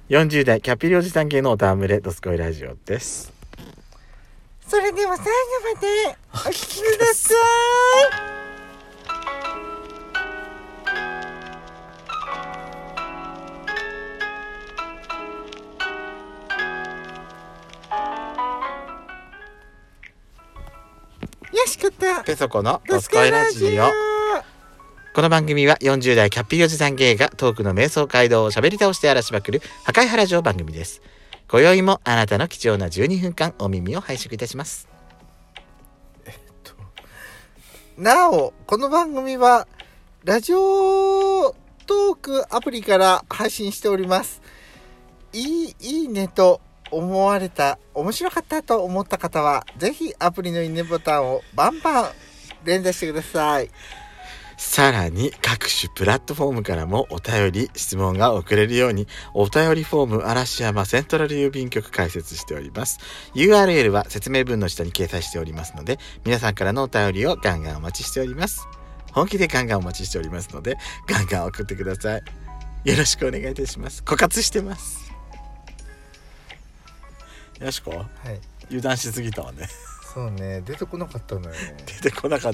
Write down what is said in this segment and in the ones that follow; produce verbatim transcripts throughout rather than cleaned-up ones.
よんじゅう代キャピリおじさん系のおたわむれドスコイラジオです。 それでは最後までお聞きください。よしことペソコのドスコイラジオ。この番組はよんじゅう代キャッピーおじさん芸がトークの瞑想街道を喋り倒して荒らしまくる破壊原城番組です。今宵もあなたの貴重なじゅうにふんかんお耳を拝借いたします。 えっとなおこの番組はラジオトークアプリから配信しております。いいいいねと思われた、面白かったと思った方はぜひアプリのいいねボタンをバンバン連打してください。 さらに各種プラットフォームからもお便り質問が送れるようにお便りフォーム嵐山セントラル郵便局開設しております。 ユーアールエル は説明文の下に掲載しておりますので、皆さんからのお便りをガンガンお待ちしております。本気でガンガンお待ちしておりますのでガンガン送ってください。よろしくお願いいたします。枯渇してます。よしこ、はい、油断しすぎたわね。 そうね、出てこなかったのよね。 出てこなかった、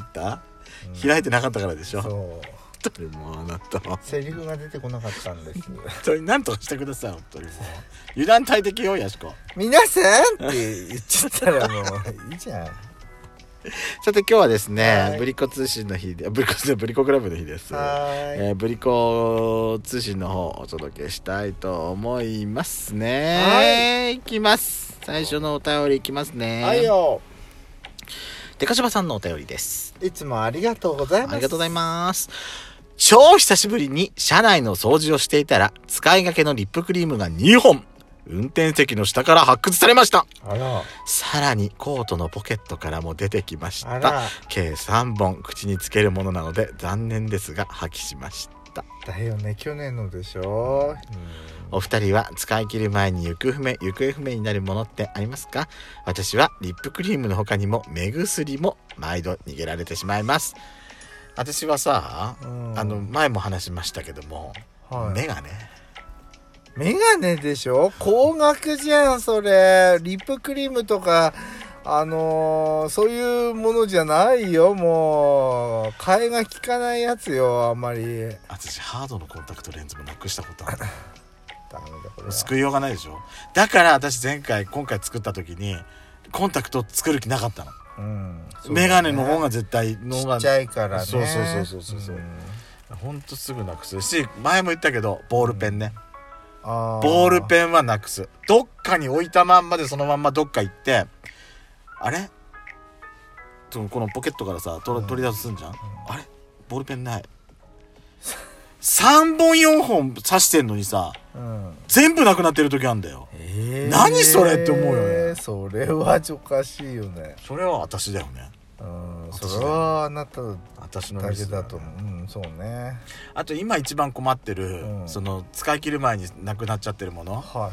うん、開いてなかったからでしょ。 そう本当にもうあなたはセリフが出てこなかったんです。本当に何とかしてください。本当にもう油断大敵よやしこ。 皆さんって言っちゃったらもういいじゃん。 さて今日はですね、ブリコ通信の日で、ブリコブリコクラブの日です。 はい、 えー、ブリコ通信の方をお届けしたいと思いますね。はい、いきます。最初のお便りいきますね。 はいよ。 デカシバさんのお便りです。 いつもありがとうございます。 ありがとうございます。超久しぶりに車内の掃除をしていたら使いがけのリップクリームがにほん運転席の下から発掘されました。 あら。 さらにコートのポケットからも出てきました。計さんぼん口につけるものなので残念ですが破棄しました。 だよね、去年のでしょ。 うん、お二人は使い切る前に行方不明行方不明になるものってありますか？私はリップクリームの他にも目薬も毎度逃げられてしまいます。私はさ、うん、あの前も話しましたけども、はい、メガネメガネでしょ。高額じゃんそれ。リップクリームとかあのー、そういうものじゃないよ。もう替えが利かないやつよ。あんまり。 私ハードのコンタクトレンズもなくしたことある。 ダメだこれ。 救いようがないでしょ。だから私前回今回作った時にコンタクト作る気なかったの。うん、ね、メガネの方が絶対のがちっちゃいからね。 そうそうそうそうそう、うん、ほんとすぐなくすし、前も言ったけどボールペンね、うん、あボールペンはなくす。どっかに置いたまんまでそのまんまどっか行って、あれこのポケットからさ取り出すんじゃん、うん、あれボールペンないさんぼんよんほん刺してんのにさ、うん、全部なくなってる時あるんだよ、えー、何それって思うよね。 それはおかしいよね。 それは私だよね。 うん、それはあなた私のだけだと思う。うん、そうね。 あと今一番困ってる、うん、その使い切る前になくなっちゃってるもの、はい、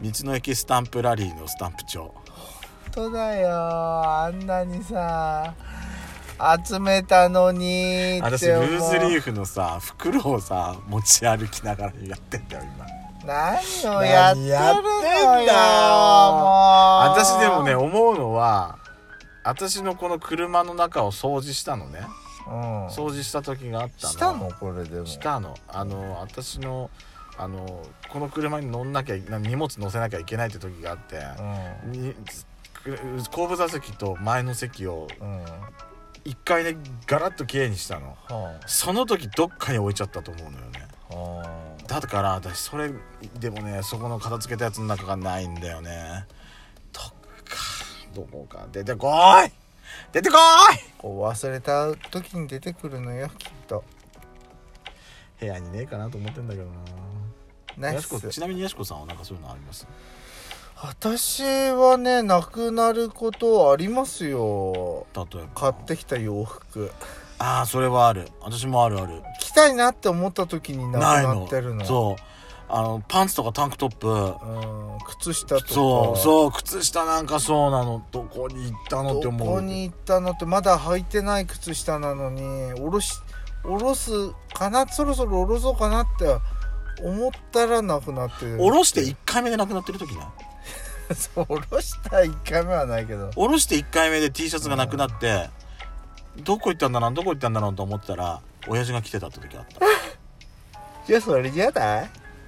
道の駅スタンプラリーのスタンプ帳。 本当だよ、あんなにさ集めたのにって。 私ルーズリーフのさ袋をさ持ち歩きながらやってんだよ今。 何をやってるのよ。 やってんだよ。私でもね思うのは、私のこの車の中を掃除したのね、うん、掃除した時があったの。 したのこれでもしたの。あの私のあのこの車に乗んなきゃ荷物乗せなきゃいけないって時があって、うん、に後部座席と前の席を一回ねガラッときれいにしたの、はあ、その時どっかに置いちゃったと思うのよね、はあ、だから私それでもねそこの片付けたやつの中がないんだよね。どっかどこか出てこい出てこい。 こう忘れた時に出てくるのよきっと。 部屋にねえかなと思ってんだけどな。やしこちなみにやしこさんはなんかそういうのあります？ 私はねなくなることありますよ。 例えば買ってきた洋服。 ああそれはある。私もあるある。 着たいなって思った時になくなってるの。 ないの。そうあのパンツとかタンクトップ、 うん、靴下とか。 そうそう靴下なんかそうなの。どこに行ったのって思う。 どこに行ったのってまだ履いてない靴下なのにおろしおろすかな、そろそろおろそうかなって思ったらなくなってる。 下ろしていっかいめでなくなってる時ね。 そう下ろしたいっかいめはないけど、 下ろしていっかいめで T シャツがなくなって、うん、どこ行ったんだろうどこ行ったんだろうと思ったら親父が来てたって時あったじゃあそれじゃない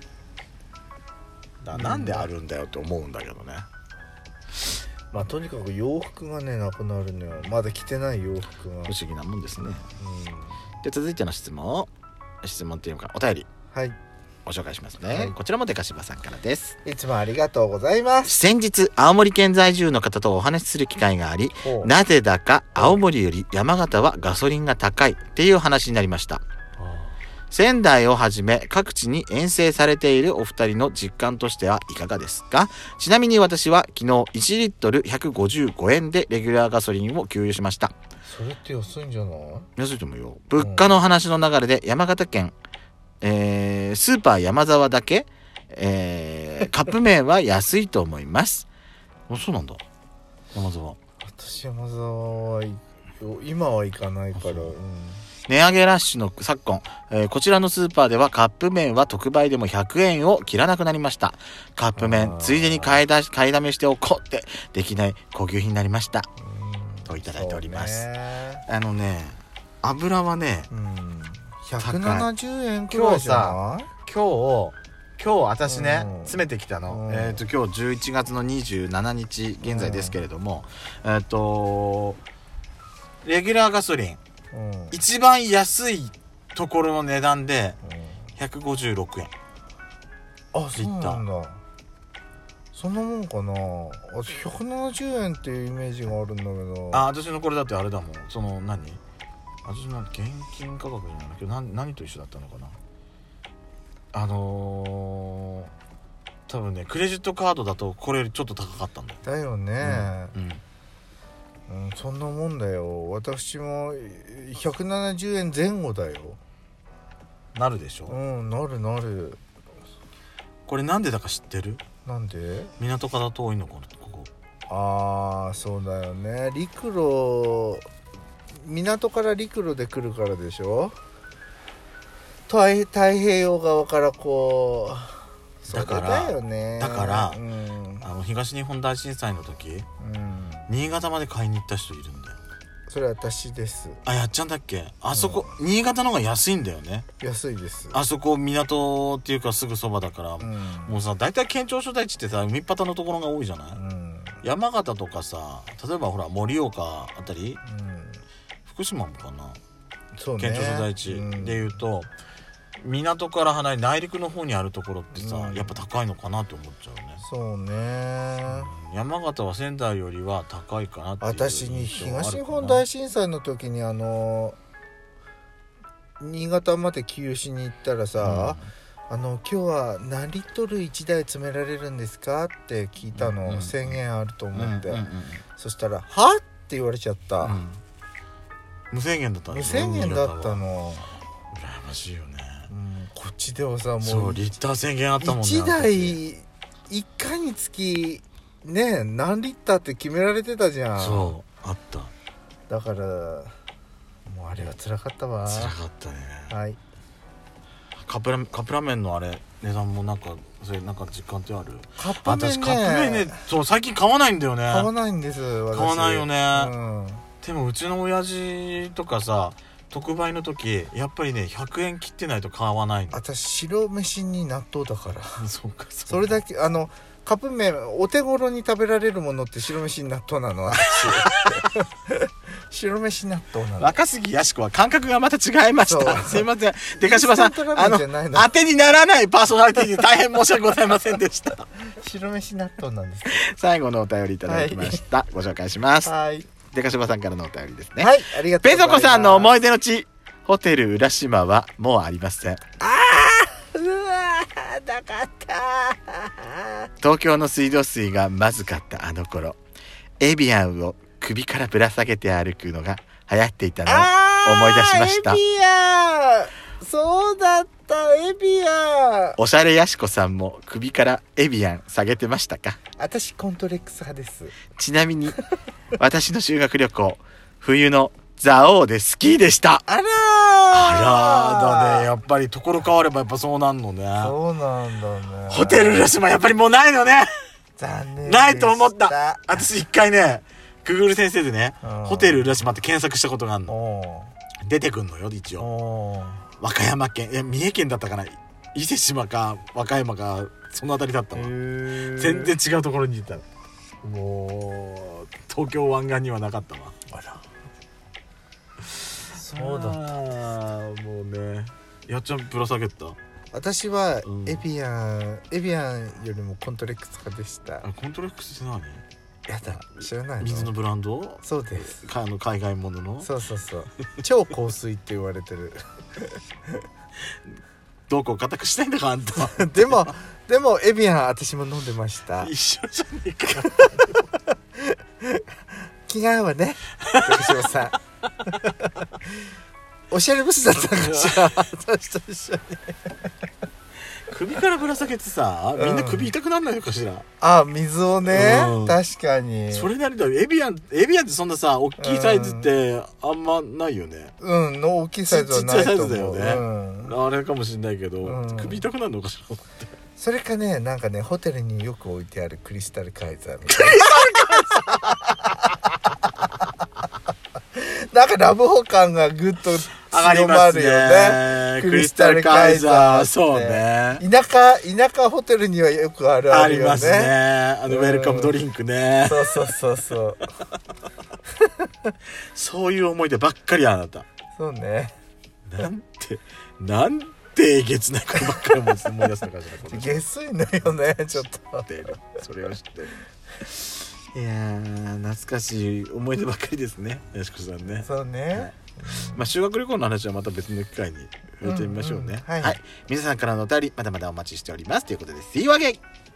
だ、なんであるんだよって思うんだけどね。 まあとにかく洋服がねなくなるのよ。まだ着てない洋服が不思議なもんですね。 うん、 で続いての質問質問っていうかお便り、 はい、 ご紹介しますね、 はい、 こちらもデカシバさんからです。 いつもありがとうございます。 先日青森県在住の方とお話しする機会があり、なぜだか青森より山形はガソリンが高いっていう話になりました。仙台をはじめ各地に遠征されているお二人の実感としてはいかがですか？ちなみに私は昨日いちリットルひゃくごじゅうごえんでレギュラーガソリンを給油しました。 それって安いんじゃない？ 安いと思うよ。物価の話の流れで山形県、えー、スーパー山沢だけ、えー、カップ麺は安いと思います。あ、そうなんだ。山沢。 私山沢は今は行かないから、うん、 値上げラッシュの昨今、えー、こちらのスーパーではカップ麺は特売でもひゃくえんを切らなくなりました。カップ麺ついでに買いだし買いだめしておこうってできない高級品になりました、うん、といただいております。あのね、油はね、うん、 ひゃくななじゅうえんくらいじゃない？ 今日今日私ね、うん、詰めてきたの、 うん、 えっと今日じゅういちがつのにじゅうしちにち現在ですけれども、うん、えっとレギュラーガソリン、うん、一番安いところの値段でひゃくごじゅうろくえん、 うん、あ、そうなんだ。そんなもんかな。あ、ひゃくななじゅうえんっていうイメージがあるんだけど。 あ、私のこれだってあれだもん。その何私の現金価格じゃないけど 何, 何と一緒だったのかな。あのー、多分ねクレジットカードだとこれよりちょっと高かったんだよ。 だよね、 うんうんうん、そんなもんだよ。私もひゃくななじゅうえんぜん後だよ。 なるでしょ。 うん、なるなる。 これなんでだか知ってる？ なんで？ 港から遠いのここ。 ああ、そうだよね。陸路、港から陸路で来るからでしょ。太, 太平洋側からこう。 だからだよね。 だから、 うん、 あの東日本大震災の時、うん、新潟まで買いに行った人いるんだよ。 それ私です。 あ、やっちゃんだっけ？あそこ、うん、新潟の方が安いんだよね。 安いです。 あそこ港っていうかすぐそばだから、うん、もうさ、大体県庁所在地ってさ海っ端のところが多いじゃない、うん、山形とかさ、例えばほら盛岡あたり、うん、福島もかな、 そうね、 県庁所在地でいうと、うん、港から離れ内陸の方にあるところってさ、うん、やっぱ高いのかなって思っちゃうね。 そうね、 うん、山形は仙台よりは高いかなっていう。 私に東日本大震災の時にあの新潟まで給油しに行ったらさ、うん、あの今日は何リットルいちだい詰められるんですかって聞いたの、うん、せんえんあると思って、うんうんうん、そしたらはって言われちゃった、うん、 無制限だった無制限だったの。 羨ましいよね、 うん、こっちではさもうそうリッター制限あったもんね。 いちだいいっかいにつきね何リッターって決められてたじゃん。 そうあった。 だからもうあれは辛かったわ。 辛かったね。 はい。 カップラカップラーメンのあれ値段もなんかそれなんか実感ってある？ カップ麺ね。 私カップ麺ね、そう最近買わないんだよね。 買わないんです私。 買わないよね、 うん、 でもうちの親父とかさ特売の時やっぱりねひゃくえん切ってないと買わないの。 私白飯に納豆だからそうかそうか。 それだけあのカップ麺お手頃に食べられるものって白飯に納豆なの私白飯納豆なの。 若杉やしこは感覚がまた違いました。すいませんデカシバさん、 あの当てにならないパーソナリティで大変申し訳ございませんでした白飯納豆なんです。 最後のお便りいただきました、はい、ご紹介します。 はい、 デカシバさんからのお便りですね。 はい、ありがとうございます。 ペソコさんの思い出の地ホテル浦島はもうありません。 あーうわーなかった。 東京の水道水がまずかったあの頃、エビアンを首からぶら下げて歩くのが流行っていたのを思い出しました。 エビアンそうだったエビアン。 おしゃれやしこさんも首からエビアン下げてましたか？ 私コントレックス派です。 ちなみに私の修学旅行冬の蔵王でスキーでした。 あらーあらーだね。やっぱりところ変わればやっぱそうなんのね。 そうなんだね。 ホテル浦島やっぱりもうないのね。 残念でした。 ないと思った。私一回ね、Google 先生でね、 うんホテル浦島って検索したことがあるの。 お出てくんのよ、一ー応。 おー和歌山県、いや、三重県だったかな。伊勢志摩か和歌山か、そのあたりだったわ。 へー全然違うところにいた。もう、東京湾岸にはなかったわ。 あらそうだった。 あーもうね。やっちゃんぶら下げた。 私はうんエビアン、エビアンよりもコントレックス派でした。 あ、コントレックスって何？ やだ、知らないの？ 水のブランド？ そうです。 かあの海外ものの？ そうそうそう。超香水って言われてる。 どこ固くしたいんだかあんた。 でもでもエビアン私も飲んでました。 一緒じゃねえか。 気が合うわね、徳島さん。おしゃれブスだったかしら、私と一緒に。 首からぶら下げてさ、みんな首痛くなんないのかしら。 あ、水をね、 うん、 確かに。 それなりだよ。エビアン、エビアンってそんなさ、大きいサイズってあんまないよね。 うん、の大きいサイズはないと思う。 ちっちゃいサイズだよね。 うん、 あれかもしれないけど、 うん、 首痛くなるのかしらって。 それかね、なんかね、ホテルによく置いてあるクリスタルカイザーみたいな。なんかラブホ感がぐっと強まるよね。 クリスタルカイザー、そうね。 田舎田舎ホテルにはよくあるあるよね。 ありますね。あのウェルカムドリンクね。 そうそうそうそう。 そういう思い出ばっかりあなた。 そうね。 なんてなんてえげつないことばっかり思い出すのかしら。 下水のよね、ちょっと。 それを知ってる。いやー懐かしい思い出ばっかりですね、やしこさんね。 そうね、はい、 まあ修学旅行の話はまた別の機会にやってみましょうね、 うんうん、はい、 はい、皆さんからのお便りまだまだお待ちしておりますということで、See you again!